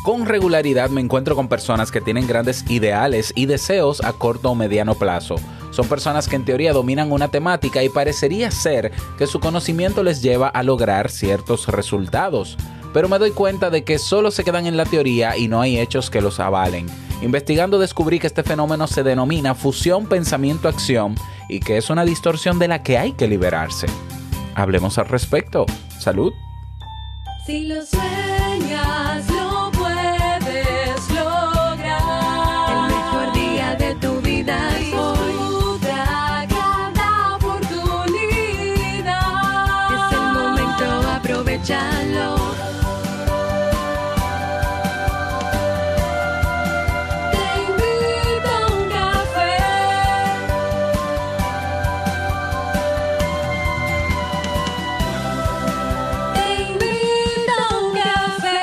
Con regularidad me encuentro con personas que tienen grandes ideales y deseos a corto o mediano plazo. Son personas que en teoría dominan una temática y parecería ser que su conocimiento les lleva a lograr ciertos resultados. Pero me doy cuenta de que solo se quedan en la teoría y no hay hechos que los avalen. Investigando descubrí que este fenómeno se denomina fusión pensamiento-acción y que es una distorsión de la que hay que liberarse. Hablemos al respecto. ¡Salud! Si lo sueñas, lo puedes lograr. El mejor día de tu vida es hoy. Disfruta cada oportunidad. Es el momento, aprovechalo. Te invito a un café. Te invito a un café.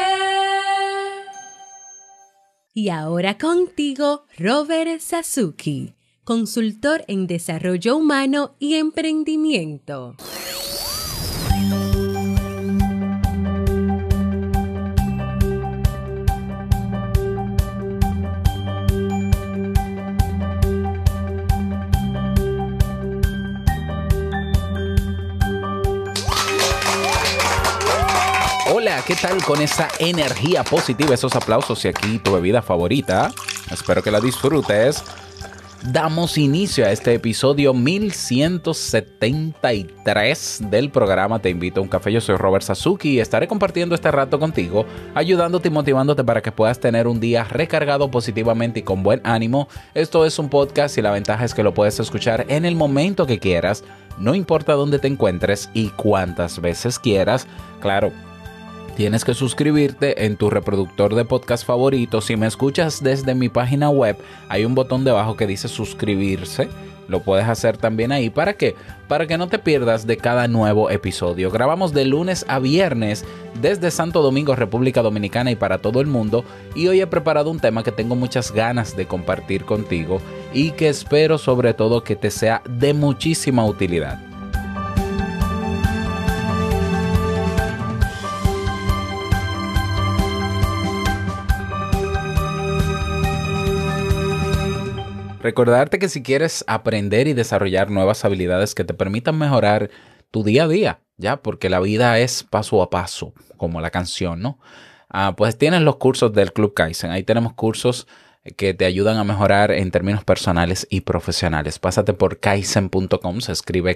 Y ahora contigo, Robert Sasuki, consultor en desarrollo humano y emprendimiento. Hola, ¿qué tal con esa energía positiva, esos aplausos y aquí tu bebida favorita? Espero que la disfrutes. Damos inicio a este episodio 1173 del programa Te Invito a un Café. Yo soy Robert Sasuki y estaré compartiendo este rato contigo, ayudándote y motivándote para que puedas tener un día recargado positivamente y con buen ánimo. Esto es un podcast y la ventaja es que lo puedes escuchar en el momento que quieras, no importa dónde te encuentres y cuántas veces quieras. Claro, tienes que suscribirte en tu reproductor de podcast favorito. Si me escuchas desde mi página web, hay un botón debajo que dice suscribirse. Lo puedes hacer también ahí. ¿Para qué? Para que no te pierdas de cada nuevo episodio. Grabamos de lunes a viernes desde Santo Domingo, República Dominicana y para todo el mundo. Y hoy he preparado un tema que tengo muchas ganas de compartir contigo y que espero sobre todo que te sea de muchísima utilidad. Recordarte que si quieres aprender y desarrollar nuevas habilidades que te permitan mejorar tu día a día, ya, porque la vida es paso a paso, como la canción, ¿no? Pues tienes los cursos del Club Kaizen. Ahí tenemos cursos que te ayudan a mejorar en términos personales y profesionales. Pásate por kaizen.com, se escribe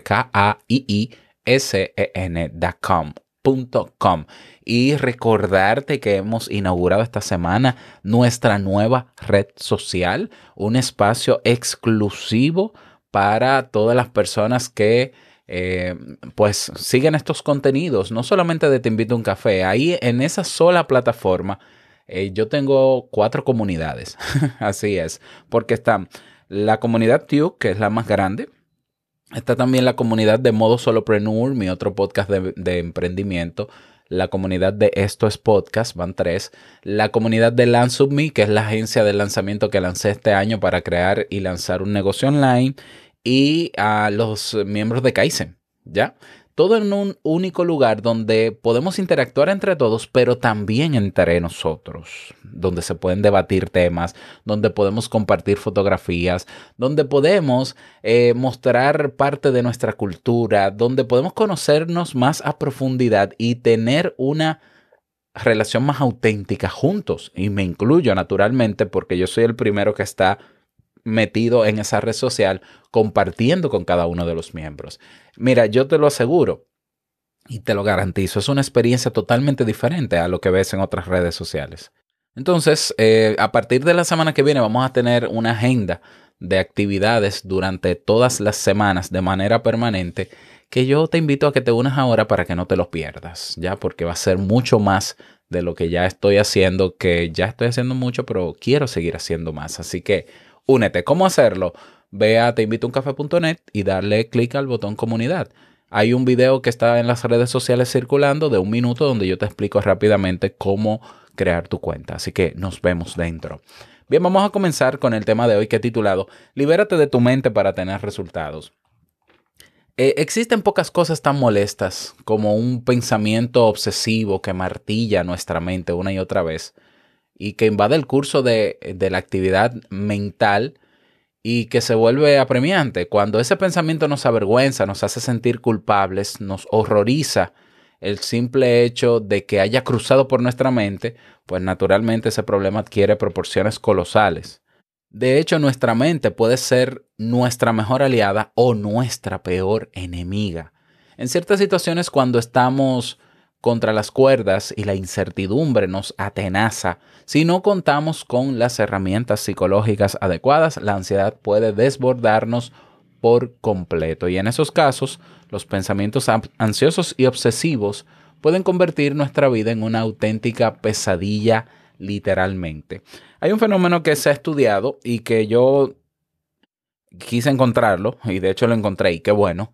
KAIISEN.com. Y recordarte que hemos inaugurado esta semana nuestra nueva red social, un espacio exclusivo para todas las personas que pues siguen estos contenidos, no solamente de Te Invito a un Café. Ahí en esa sola plataforma yo tengo 4 comunidades, así es, porque está la comunidad TUC, que es la más grande. Está también la comunidad de Modo Solopreneur, mi otro podcast de emprendimiento. La comunidad de Esto es Podcast, van 3. La comunidad de Lance Up Me, que es la agencia de lanzamiento que lancé este año para crear y lanzar un negocio online. Y a los miembros de Kaizen, ¿ya? Todo en un único lugar donde podemos interactuar entre todos, pero también entre nosotros, donde se pueden debatir temas, donde podemos compartir fotografías, donde podemos mostrar parte de nuestra cultura, donde podemos conocernos más a profundidad y tener una relación más auténtica juntos. Y me incluyo naturalmente porque yo soy el primero que está metido en esa red social compartiendo con cada uno de los miembros. Mira, yo te lo aseguro y te lo garantizo, es una experiencia totalmente diferente a lo que ves en otras redes sociales. Entonces, a partir de la semana que viene vamos a tener una agenda de actividades durante todas las semanas de manera permanente que yo te invito a que te unas ahora para que no te lo pierdas, ¿ya? Porque va a ser mucho más de lo que ya estoy haciendo, que ya estoy haciendo mucho, pero quiero seguir haciendo más. Así que únete. ¿Cómo hacerlo? Ve a teinvitouncafé.net y darle clic al botón comunidad. Hay un video que está en las redes sociales circulando de 1 minuto donde yo te explico rápidamente cómo crear tu cuenta. Así que nos vemos dentro. Bien, vamos a comenzar con el tema de hoy que he titulado Libérate de tu mente para tener resultados. Existen pocas cosas tan molestas como un pensamiento obsesivo que martilla nuestra mente una y otra vez. y que invade el curso de la actividad mental y que se vuelve apremiante. Cuando ese pensamiento nos avergüenza, nos hace sentir culpables, nos horroriza el simple hecho de que haya cruzado por nuestra mente, pues naturalmente ese problema adquiere proporciones colosales. De hecho, nuestra mente puede ser nuestra mejor aliada o nuestra peor enemiga. En ciertas situaciones, cuando estamos contra las cuerdas y la incertidumbre nos atenaza, si no contamos con las herramientas psicológicas adecuadas, la ansiedad puede desbordarnos por completo. Y en esos casos, los pensamientos ansiosos y obsesivos pueden convertir nuestra vida en una auténtica pesadilla, literalmente. Hay un fenómeno que se ha estudiado y que yo quise encontrarlo, y de hecho lo encontré, y qué bueno.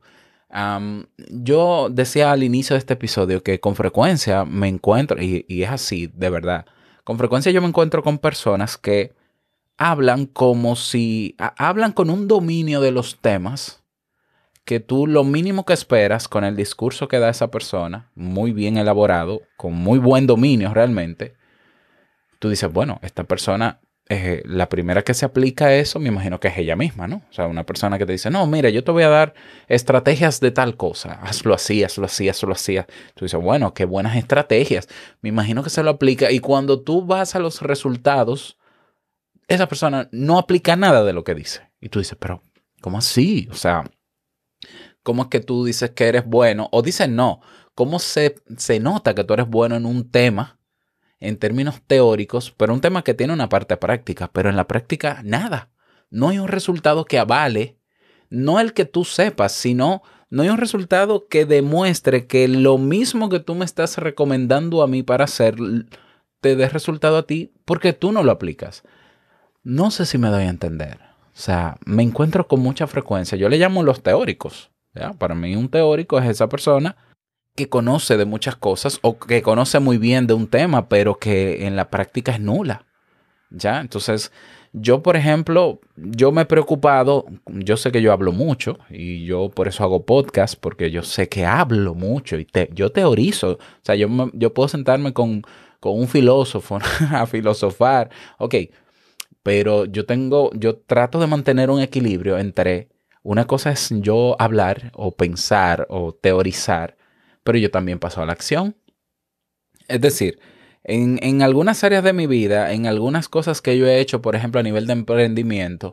Yo decía al inicio de este episodio que con frecuencia me encuentro, y es así, de verdad, con frecuencia yo me encuentro con personas que hablan como si, hablan con un dominio de los temas que tú lo mínimo que esperas con el discurso que da esa persona, muy bien elaborado, con muy buen dominio realmente. Tú dices, bueno, esta persona, la primera que se aplica a eso, me imagino que es ella misma, ¿no? O sea, una persona que te dice, no, mira, yo te voy a dar estrategias de tal cosa, hazlo así, hazlo así, hazlo así. Tú dices, bueno, qué buenas estrategias. Me imagino que se lo aplica y cuando tú vas a los resultados, esa persona no aplica nada de lo que dice. Y tú dices, pero, ¿cómo así? O sea, ¿cómo es que tú dices que eres bueno? O dices no, ¿cómo se nota que tú eres bueno en un tema? En términos teóricos, pero un tema que tiene una parte práctica, pero en la práctica nada. No hay un resultado que avale, no el que tú sepas, sino no hay un resultado que demuestre que lo mismo que tú me estás recomendando a mí para hacer, te dé resultado a ti porque tú no lo aplicas. No sé si me doy a entender. O sea, me encuentro con mucha frecuencia. Yo le llamo los teóricos, ¿ya? Para mí un teórico es esa persona que conoce de muchas cosas o que conoce muy bien de un tema, pero que en la práctica es nula, ¿ya? Entonces, yo, por ejemplo, yo me he preocupado, yo sé que yo hablo mucho y yo por eso hago podcast, porque yo sé que hablo mucho y yo teorizo. O sea, yo puedo sentarme con un filósofo a filosofar, ok, pero yo trato de mantener un equilibrio entre una cosa es yo hablar o pensar o teorizar, pero yo también paso a la acción. Es decir, en algunas áreas de mi vida, en algunas cosas que yo he hecho, por ejemplo, a nivel de emprendimiento,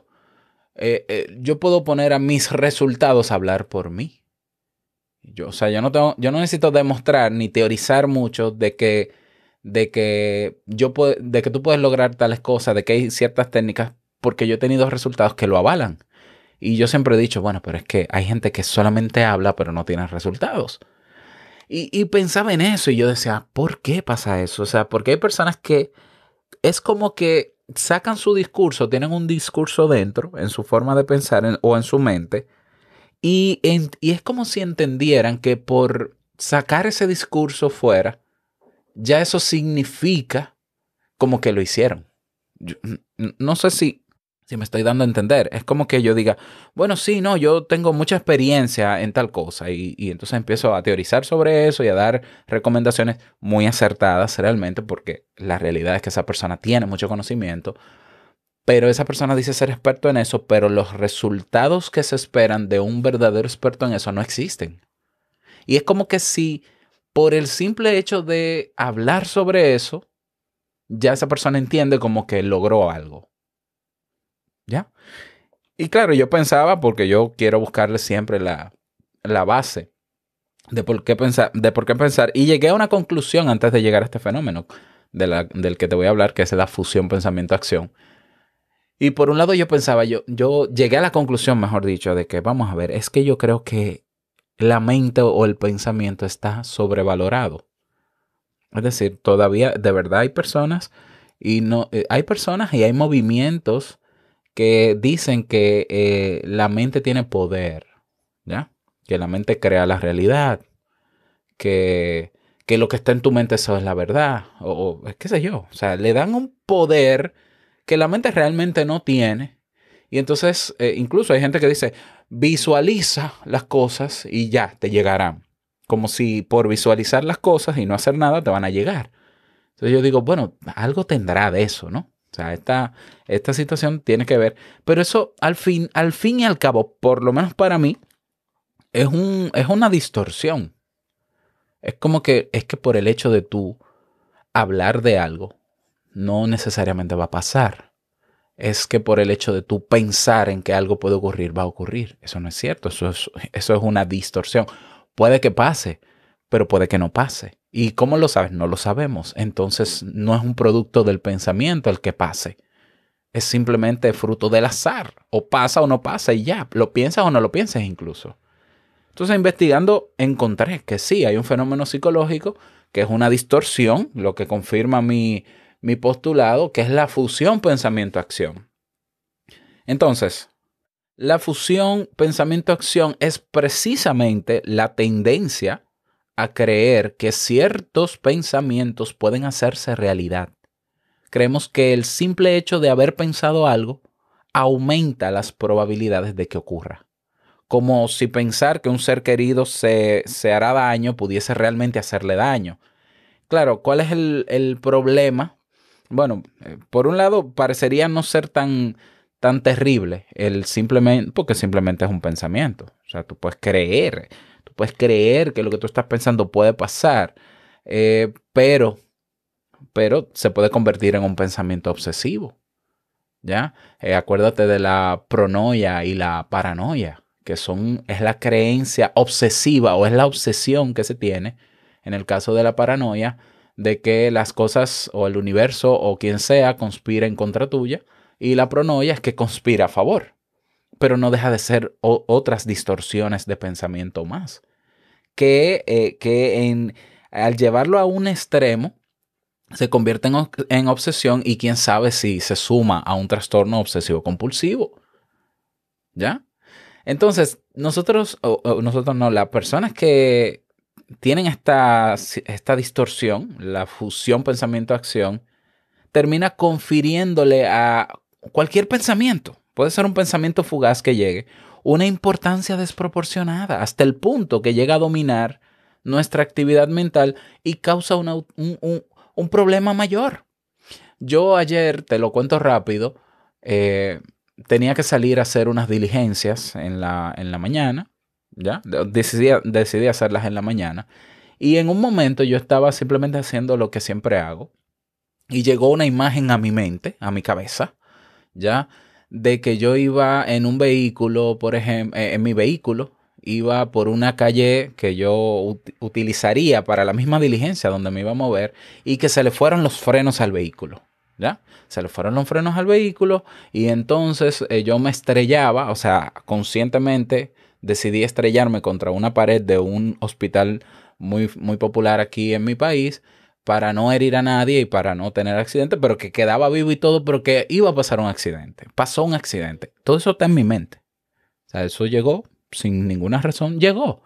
yo puedo poner a mis resultados a hablar por mí. O sea, yo no necesito demostrar ni teorizar mucho de que tú puedes lograr tales cosas, de que hay ciertas técnicas, porque yo he tenido resultados que lo avalan. Y yo siempre he dicho, bueno, pero es que hay gente que solamente habla, pero no tiene resultados. Y pensaba en eso y yo decía, ¿por qué pasa eso? O sea, porque hay personas que es como que sacan su discurso, tienen un discurso dentro, en su forma de pensar o en su mente, y es como si entendieran que por sacar ese discurso fuera, ya eso significa como que lo hicieron. No sé si me estoy dando a entender. Es como que yo diga, bueno, sí, no, yo tengo mucha experiencia en tal cosa y entonces empiezo a teorizar sobre eso y a dar recomendaciones muy acertadas realmente porque la realidad es que esa persona tiene mucho conocimiento, pero esa persona dice ser experto en eso, pero los resultados que se esperan de un verdadero experto en eso no existen. Y es como que si por el simple hecho de hablar sobre eso, ya esa persona entiende como que logró algo. ¿Ya? Y claro, yo pensaba, porque yo quiero buscarle siempre la base de por qué pensar, y llegué a una conclusión antes de llegar a este fenómeno del que te voy a hablar, que es la fusión pensamiento-acción. Y por un lado yo pensaba, yo llegué a la conclusión, mejor dicho, de que vamos a ver, es que yo creo que la mente o el pensamiento está sobrevalorado. Es decir, todavía de verdad hay personas y no hay personas y hay movimientos que dicen que la mente tiene poder, ¿ya? Que la mente crea la realidad, que lo que está en tu mente eso es la verdad, o qué sé yo. O sea, le dan un poder que la mente realmente no tiene. Y entonces, incluso hay gente que dice, visualiza las cosas y ya, te llegarán. Como si por visualizar las cosas y no hacer nada te van a llegar. Entonces yo digo, bueno, algo tendrá de eso, ¿no? O sea, esta situación tiene que ver. Pero eso, al fin y al cabo, por lo menos para mí, es una distorsión. Es que por el hecho de tú hablar de algo, no necesariamente va a pasar. Es que por el hecho de tú pensar en que algo puede ocurrir, va a ocurrir. Eso no es cierto. Eso es una distorsión. Puede que pase, pero puede que no pase. ¿Y cómo lo sabes? No lo sabemos. Entonces no es un producto del pensamiento el que pase. Es simplemente fruto del azar. O pasa o no pasa y ya. Lo piensas o no lo piensas incluso. Entonces, investigando, encontré que sí, hay un fenómeno psicológico que es una distorsión, lo que confirma mi postulado, que es la fusión pensamiento-acción. Entonces, la fusión pensamiento-acción es precisamente la tendencia a creer que ciertos pensamientos pueden hacerse realidad. Creemos que el simple hecho de haber pensado algo aumenta las probabilidades de que ocurra. Como si pensar que un ser querido se hará daño pudiese realmente hacerle daño. Claro, ¿cuál es el problema? Bueno, por un lado, parecería no ser tan terrible porque simplemente es un pensamiento. O sea, tú puedes creer que lo que tú estás pensando puede pasar, pero se puede convertir en un pensamiento obsesivo, ¿ya? Acuérdate de la pronoia y la paranoia, es la creencia obsesiva o es la obsesión que se tiene, en el caso de la paranoia, de que las cosas o el universo o quien sea conspira en contra tuya, y la pronoia es que conspira a favor, pero no deja de ser otras distorsiones de pensamiento más, que al llevarlo a un extremo, se convierte en obsesión y quién sabe si se suma a un trastorno obsesivo compulsivo, ¿ya? Entonces, nosotros no, las personas que tienen esta distorsión, la fusión pensamiento-acción, termina confiriéndole a cualquier pensamiento, puede ser un pensamiento fugaz que llegue, una importancia desproporcionada, hasta el punto que llega a dominar nuestra actividad mental y causa un problema mayor. Yo ayer, te lo cuento rápido, tenía que salir a hacer unas diligencias en la mañana, ¿ya? Decidí hacerlas en la mañana. Y en un momento yo estaba simplemente haciendo lo que siempre hago. Y llegó una imagen a mi mente, a mi cabeza, ¿ya? De que yo iba en un vehículo, por ejemplo, en mi vehículo, iba por una calle que yo utilizaría para la misma diligencia donde me iba a mover y que se le fueron los frenos al vehículo, ¿ya? Se le fueron los frenos al vehículo y entonces yo me estrellaba, o sea, conscientemente decidí estrellarme contra una pared de un hospital muy popular aquí en mi país para no herir a nadie y para no tener accidente, pero que quedaba vivo y todo, pero que iba a pasar un accidente. Pasó un accidente. Todo eso está en mi mente. O sea, eso llegó sin ninguna razón, llegó.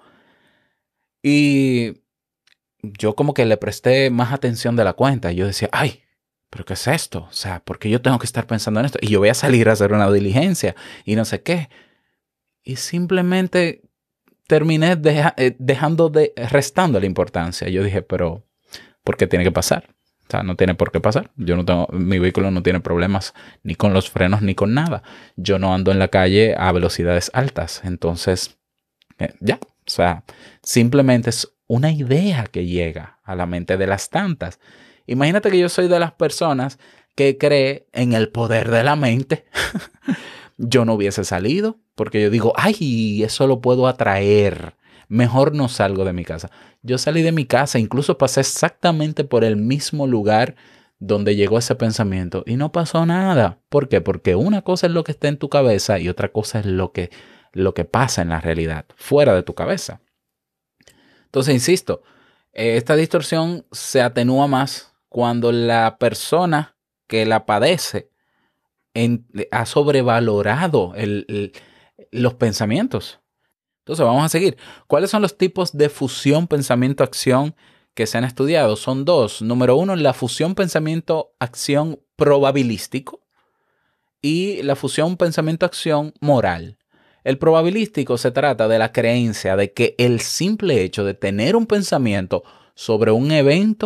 Y yo como que le presté más atención de la cuenta. Y yo decía, ay, ¿pero qué es esto? O sea, ¿por qué yo tengo que estar pensando en esto? Y yo voy a salir a hacer una diligencia y no sé qué. Y simplemente terminé restando la importancia. Yo dije, pero ¿por qué tiene que pasar? O sea, no tiene por qué pasar. Mi vehículo no tiene problemas ni con los frenos ni con nada. Yo no ando en la calle a velocidades altas. Entonces, ya. O sea, simplemente es una idea que llega a la mente de las tantas. Imagínate que yo soy de las personas que cree en el poder de la mente. Yo no hubiese salido porque yo digo, ay, eso lo puedo atraer. Mejor no salgo de mi casa. Yo salí de mi casa, incluso pasé exactamente por el mismo lugar donde llegó ese pensamiento y no pasó nada. ¿Por qué? Porque una cosa es lo que está en tu cabeza y otra cosa es lo que pasa en la realidad, fuera de tu cabeza. Entonces, insisto, esta distorsión se atenúa más cuando la persona que la padece ha sobrevalorado los pensamientos. Entonces vamos a seguir. ¿Cuáles son los tipos de fusión pensamiento-acción que se han estudiado? Son dos. Número uno, la fusión pensamiento-acción probabilístico y la fusión pensamiento-acción moral. El probabilístico se trata de la creencia de que el simple hecho de tener un pensamiento sobre un evento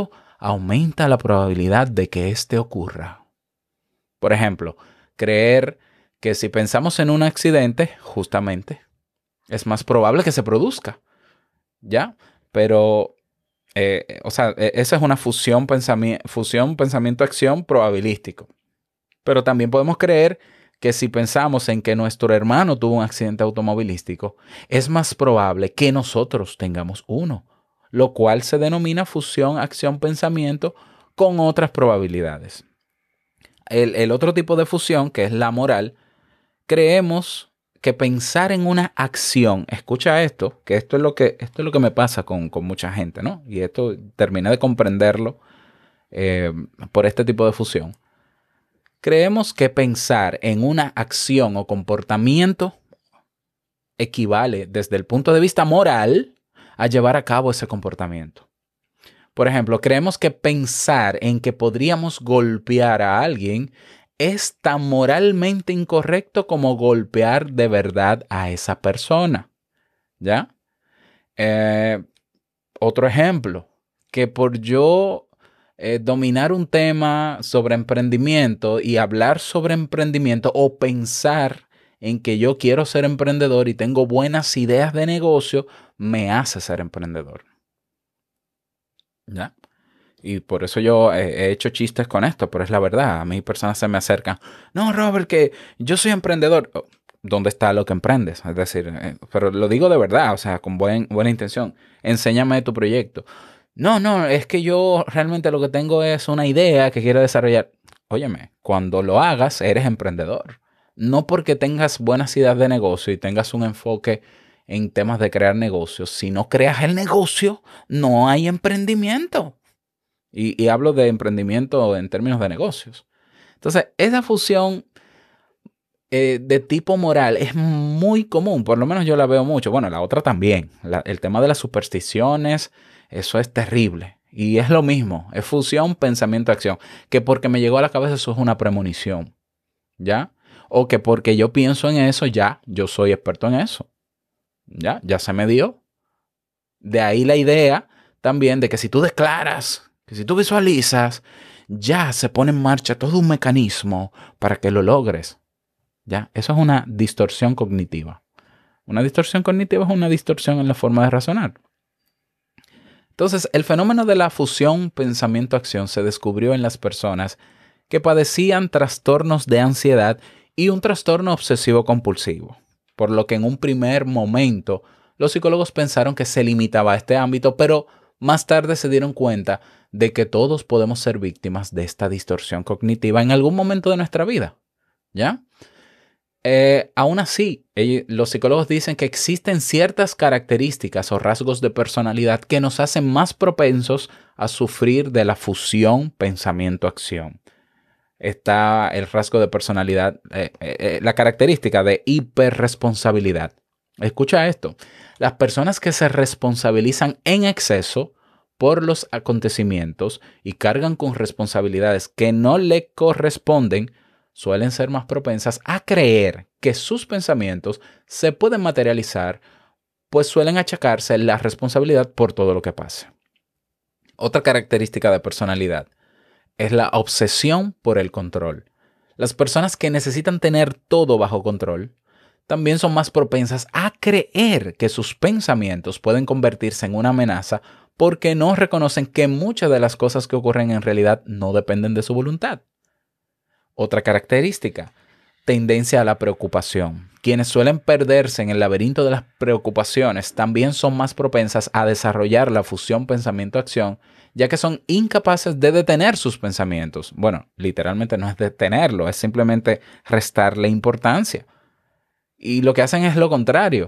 aumenta la probabilidad de que éste ocurra. Por ejemplo, creer que si pensamos en un accidente, justamente, es más probable que se produzca, ¿ya? Pero, esa es una fusión pensamiento-acción probabilístico. Pero también podemos creer que si pensamos en que nuestro hermano tuvo un accidente automovilístico, es más probable que nosotros tengamos uno, lo cual se denomina fusión, acción, pensamiento con otras probabilidades. El otro tipo de fusión, que es la moral, creemos que pensar en una acción, escucha esto, que esto es lo que me pasa con mucha gente, ¿no? Y esto terminé de comprenderlo por este tipo de fusión. Creemos que pensar en una acción o comportamiento equivale desde el punto de vista moral a llevar a cabo ese comportamiento. Por ejemplo, creemos que pensar en que podríamos golpear a alguien es tan moralmente incorrecto como golpear de verdad a esa persona. ¿Ya? Otro ejemplo, que por yo dominar un tema sobre emprendimiento y hablar sobre emprendimiento o pensar en que yo quiero ser emprendedor y tengo buenas ideas de negocio, me hace ser emprendedor. ¿Ya? Y por eso yo he hecho chistes con esto, pero es la verdad. A mí personas se me acercan. No, Robert, que yo soy emprendedor. Oh, ¿dónde está lo que emprendes? Es decir, pero lo digo de verdad, o sea, con buena intención. Enséñame tu proyecto. No, es que yo realmente lo que tengo es una idea que quiero desarrollar. Óyeme, cuando lo hagas, eres emprendedor. No porque tengas buenas ideas de negocio y tengas un enfoque en temas de crear negocios. Si no creas el negocio, no hay emprendimiento. Y hablo de emprendimiento en términos de negocios. Entonces, esa fusión de tipo moral es muy común, por lo menos yo la veo mucho. Bueno, la otra también. El tema de las supersticiones, eso es terrible. Y es lo mismo, es fusión, pensamiento, acción. Que porque me llegó a la cabeza eso es una premonición, ¿ya? O que porque yo pienso en eso, ya, yo soy experto en eso. Ya se me dio. De ahí la idea también de que si tú declaras, que si tú visualizas, ya se pone en marcha todo un mecanismo para que lo logres. Ya, eso es una distorsión cognitiva. Una distorsión cognitiva es una distorsión en la forma de razonar. Entonces, el fenómeno de la fusión pensamiento-acción se descubrió en las personas que padecían trastornos de ansiedad y un trastorno obsesivo-compulsivo, por lo que en un primer momento los psicólogos pensaron que se limitaba a este ámbito, pero más tarde se dieron cuenta de que todos podemos ser víctimas de esta distorsión cognitiva en algún momento de nuestra vida, ¿ya? Aún así, los psicólogos dicen que existen ciertas características o rasgos de personalidad que nos hacen más propensos a sufrir de la fusión pensamiento-acción. Está el rasgo de personalidad, la característica de hiperresponsabilidad. Escucha esto. Las personas que se responsabilizan en exceso por los acontecimientos y cargan con responsabilidades que no le corresponden, suelen ser más propensas a creer que sus pensamientos se pueden materializar, pues suelen achacarse la responsabilidad por todo lo que pase. Otra característica de personalidad es la obsesión por el control. Las personas que necesitan tener todo bajo control también son más propensas a creer que sus pensamientos pueden convertirse en una amenaza porque no reconocen que muchas de las cosas que ocurren en realidad no dependen de su voluntad. Otra característica, tendencia a la preocupación. Quienes suelen perderse en el laberinto de las preocupaciones también son más propensas a desarrollar la fusión pensamiento-acción, ya que son incapaces de detener sus pensamientos. Bueno, literalmente no es detenerlo, es simplemente restarle importancia. Y lo que hacen es lo contrario.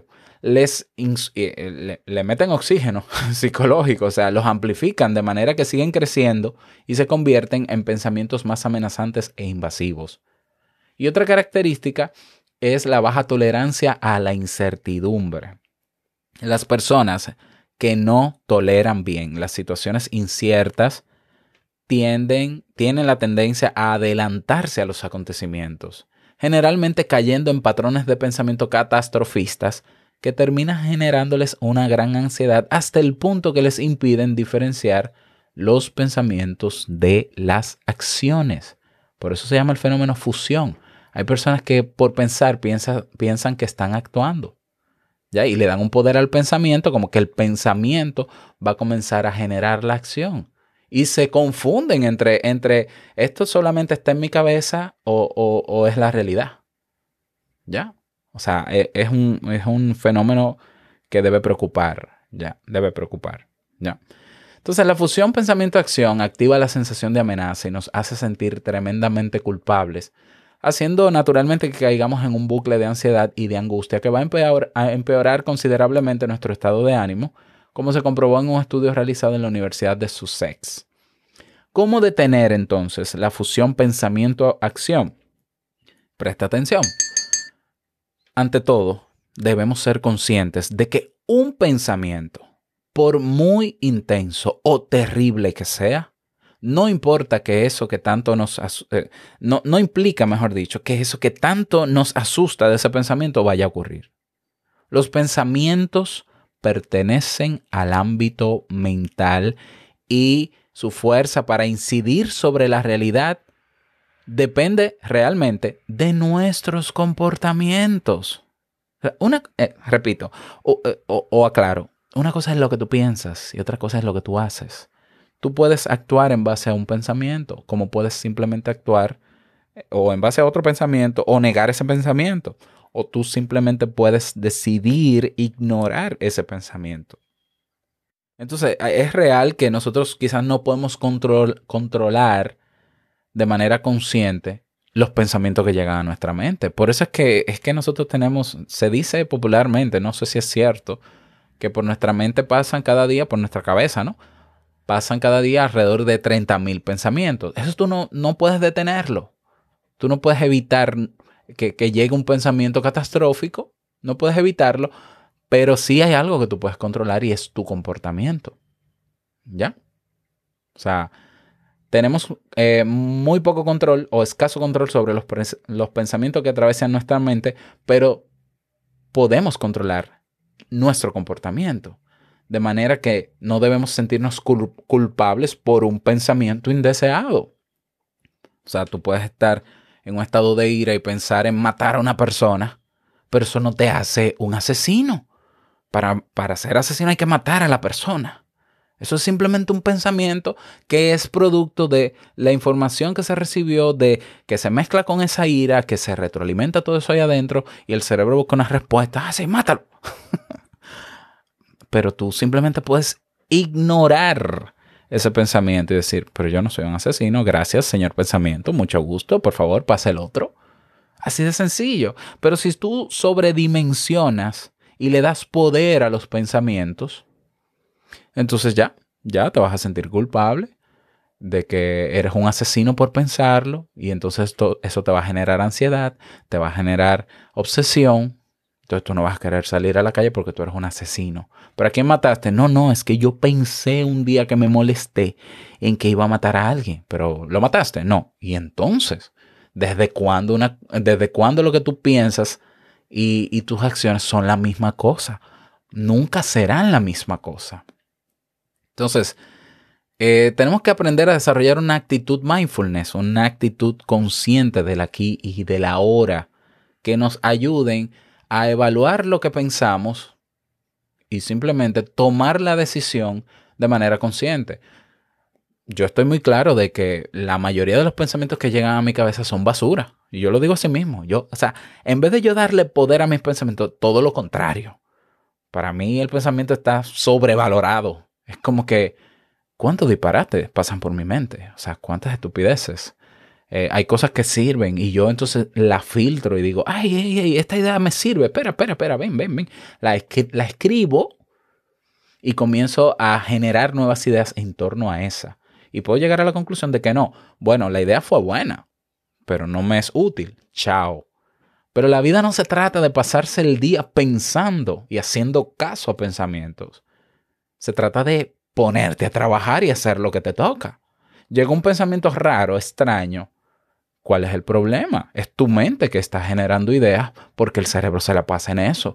Le meten oxígeno psicológico, o sea, los amplifican de manera que siguen creciendo y se convierten en pensamientos más amenazantes e invasivos. Y otra característica es la baja tolerancia a la incertidumbre. Las personas que no toleran bien las situaciones inciertas tienen la tendencia a adelantarse a los acontecimientos, generalmente cayendo en patrones de pensamiento catastrofistas que terminan generándoles una gran ansiedad hasta el punto que les impiden diferenciar los pensamientos de las acciones. Por eso se llama el fenómeno fusión. Hay personas que por pensar piensan que están actuando, ¿ya? Y le dan un poder al pensamiento, como que el pensamiento va a comenzar a generar la acción. Y se confunden entre esto solamente está en mi cabeza o es la realidad, ¿ya? O sea, es un fenómeno que debe preocupar, ¿ya? Debe preocupar, ¿ya? Entonces, la fusión pensamiento-acción activa la sensación de amenaza y nos hace sentir tremendamente culpables, haciendo naturalmente que caigamos en un bucle de ansiedad y de angustia que va a empeorar considerablemente nuestro estado de ánimo, como se comprobó en un estudio realizado en la Universidad de Sussex. ¿Cómo detener entonces la fusión pensamiento-acción? Presta atención. Ante todo, debemos ser conscientes de que un pensamiento, por muy intenso o terrible que sea, no importa que eso que tanto no implica, mejor dicho, que eso que tanto nos asusta de ese pensamiento vaya a ocurrir. Los pensamientos pertenecen al ámbito mental y su fuerza para incidir sobre la realidad depende realmente de nuestros comportamientos. Repito, o aclaro, una cosa es lo que tú piensas y otra cosa es lo que tú haces. Tú puedes actuar en base a un pensamiento, como puedes simplemente actuar o en base a otro pensamiento o negar ese pensamiento. O tú simplemente puedes decidir ignorar ese pensamiento. Entonces, es real que nosotros quizás no podemos controlar de manera consciente los pensamientos que llegan a nuestra mente. Por eso es que nosotros tenemos, se dice popularmente, no sé si es cierto, que por nuestra mente pasan cada día, por nuestra cabeza, ¿no? Pasan cada día alrededor de 30,000 pensamientos. Eso tú no puedes detenerlo. Tú no puedes evitar que llegue un pensamiento catastrófico. No puedes evitarlo, pero sí hay algo que tú puedes controlar y es tu comportamiento. ¿Ya? O sea, tenemos muy poco control o escaso control sobre los pensamientos que atraviesan nuestra mente, pero podemos controlar nuestro comportamiento. De manera que no debemos sentirnos culpables por un pensamiento indeseado. O sea, tú puedes estar en un estado de ira y pensar en matar a una persona, pero eso no te hace un asesino. Para ser asesino hay que matar a la persona. Eso es simplemente un pensamiento que es producto de la información que se recibió, de que se mezcla con esa ira, que se retroalimenta todo eso ahí adentro y el cerebro busca una respuesta. ¡Ah, sí, mátalo! Pero tú simplemente puedes ignorar ese pensamiento y decir, pero yo no soy un asesino, gracias, señor pensamiento, mucho gusto, por favor, pase el otro. Así de sencillo. Pero si tú sobredimensionas y le das poder a los pensamientos, entonces ya te vas a sentir culpable de que eres un asesino por pensarlo y entonces eso te va a generar ansiedad, te va a generar obsesión. Entonces tú no vas a querer salir a la calle porque tú eres un asesino. ¿Pero a quién mataste? No, es que yo pensé un día que me molesté en que iba a matar a alguien. ¿Pero lo mataste? No. Y entonces, ¿desde cuándo lo que tú piensas y tus acciones son la misma cosa? Nunca serán la misma cosa. Entonces, tenemos que aprender a desarrollar una actitud mindfulness, una actitud consciente del aquí y del ahora, que nos ayuden a evaluar lo que pensamos y simplemente tomar la decisión de manera consciente. Yo estoy muy claro de que la mayoría de los pensamientos que llegan a mi cabeza son basura. Y yo lo digo así mismo. O sea, en vez de yo darle poder a mis pensamientos, todo lo contrario. Para mí el pensamiento está sobrevalorado. Es como que, ¿cuántos disparates pasan por mi mente? O sea, ¿cuántas estupideces? Hay cosas que sirven y yo entonces la filtro y digo, ay, esta idea me sirve, espera, ven. La escribo y comienzo a generar nuevas ideas en torno a esa. Y puedo llegar a la conclusión de que no, bueno, la idea fue buena, pero no me es útil. Chao. Pero la vida no se trata de pasarse el día pensando y haciendo caso a pensamientos. Se trata de ponerte a trabajar y hacer lo que te toca. Llega un pensamiento raro, extraño. ¿Cuál es el problema? Es tu mente que está generando ideas porque el cerebro se la pasa en eso.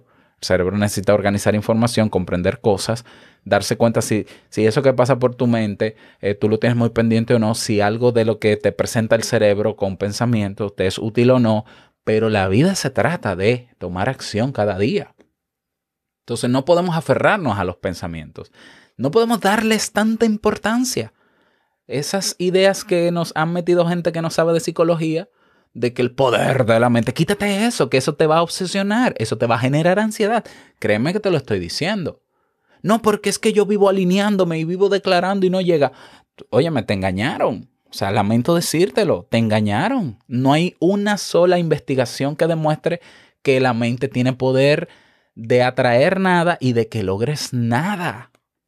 cerebro necesita organizar información, comprender cosas, darse cuenta si eso que pasa por tu mente, tú lo tienes muy pendiente o no, si algo de lo que te presenta el cerebro con pensamientos te es útil o no, pero la vida se trata de tomar acción cada día. Entonces no podemos aferrarnos a los pensamientos, no podemos darles tanta importancia. Esas ideas que nos han metido gente que no sabe de psicología, de que el poder de la mente, quítate eso, que eso te va a obsesionar, eso te va a generar ansiedad. Créeme que te lo estoy diciendo. No, porque es que yo vivo alineándome y vivo declarando y no llega. Óyeme, te engañaron. O sea, lamento decírtelo, te engañaron. No hay una sola investigación que demuestre que la mente tiene poder de atraer nada y de que logres nada.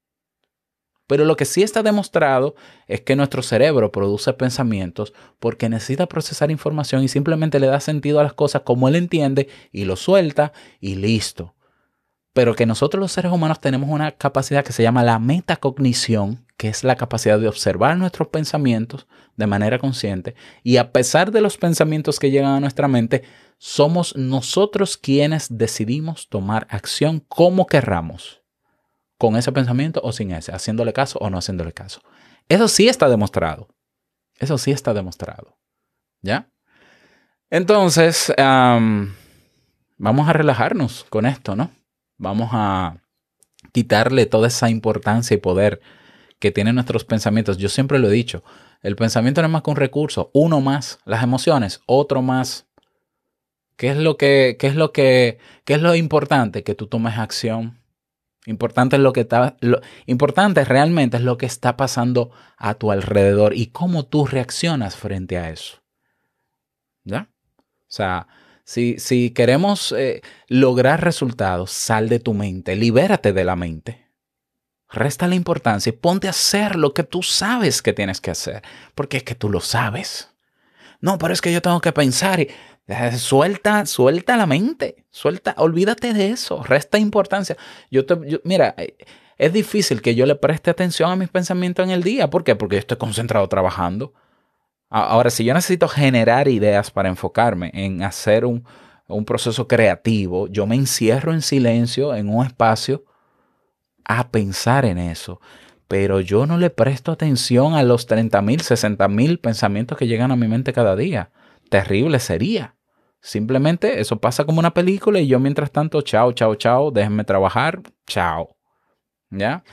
Pero lo que sí está demostrado es que nuestro cerebro produce pensamientos porque necesita procesar información y simplemente le da sentido a las cosas como él entiende y lo suelta y listo. Pero que nosotros los seres humanos tenemos una capacidad que se llama la metacognición, que es la capacidad de observar nuestros pensamientos de manera consciente, y a pesar de los pensamientos que llegan a nuestra mente, somos nosotros quienes decidimos tomar acción como querramos, con ese pensamiento o sin ese, haciéndole caso o no haciéndole caso. Eso sí está demostrado. Eso sí está demostrado. ¿Ya? Entonces, vamos a relajarnos con esto, ¿no? Vamos a quitarle toda esa importancia y poder que tienen nuestros pensamientos. Yo siempre lo he dicho, el pensamiento no es más que un recurso, uno más, las emociones, otro más. ¿Qué es lo importante? Que tú tomes acción. Importante realmente es lo que está pasando a tu alrededor y cómo tú reaccionas frente a eso. ¿Ya? O sea, si queremos lograr resultados, sal de tu mente, libérate de la mente. Resta la importancia y ponte a hacer lo que tú sabes que tienes que hacer, porque es que tú lo sabes. No, pero es que yo tengo que pensar y suelta la mente, olvídate de eso, resta importancia. Mira, es difícil que yo le preste atención a mis pensamientos en el día. ¿Por qué? Porque yo estoy concentrado trabajando. Ahora, si yo necesito generar ideas para enfocarme en hacer un proceso creativo, yo me encierro en silencio en un espacio a pensar en eso. Pero yo no le presto atención a los 30,000, 60,000 pensamientos que llegan a mi mente cada día. Terrible sería. Simplemente eso pasa como una película y yo mientras tanto, chao, déjenme trabajar, chao. ¿Ya?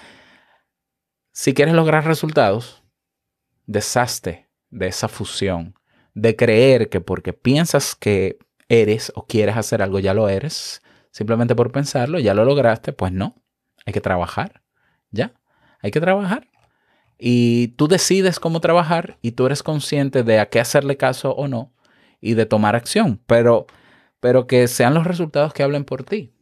Si quieres lograr resultados, deshazte de esa fusión, de creer que porque piensas que eres o quieres hacer algo ya lo eres, simplemente por pensarlo, ya lo lograste, pues no, hay que trabajar, ¿ya? Hay que trabajar. Y tú decides cómo trabajar y tú eres consciente de a qué hacerle caso o no y de tomar acción, pero que sean los resultados que hablen por ti.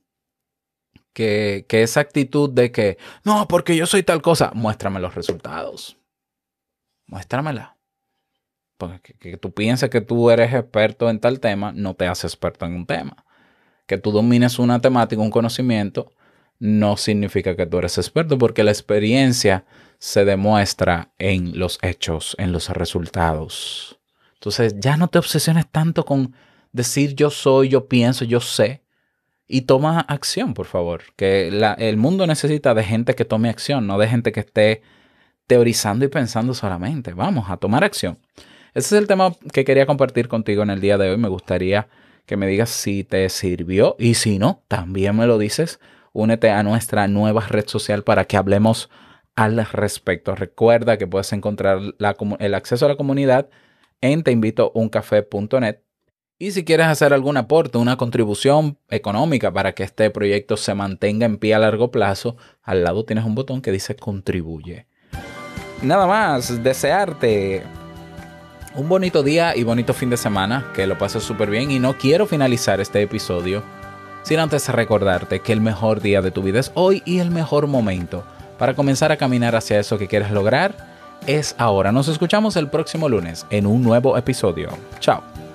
Que esa actitud de que, no, porque yo soy tal cosa, muéstrame los resultados. Muéstramela. Porque que tú pienses que tú eres experto en tal tema, no te hace experto en un tema. Que tú domines una temática, un conocimiento, no significa que tú eres experto, porque la experiencia se demuestra en los hechos, en los resultados. Entonces ya no te obsesiones tanto con decir yo soy, yo pienso, yo sé. Y toma acción, por favor. Que el mundo necesita de gente que tome acción, no de gente que esté teorizando y pensando solamente. Vamos a tomar acción. Ese es el tema que quería compartir contigo en el día de hoy. Me gustaría que me digas si te sirvió y si no, también me lo dices. Únete a nuestra nueva red social para que hablemos al respecto. Recuerda que puedes encontrar el acceso a la comunidad en teinvitouncafé.net. Y si quieres hacer algún aporte, una contribución económica para que este proyecto se mantenga en pie a largo plazo, al lado tienes un botón que dice contribuye. Nada más, desearte un bonito día y bonito fin de semana, que lo pases súper bien, y no quiero finalizar este episodio sin antes recordarte que el mejor día de tu vida es hoy y el mejor momento para comenzar a caminar hacia eso que quieres lograr es ahora. Nos escuchamos el próximo lunes en un nuevo episodio. Chao.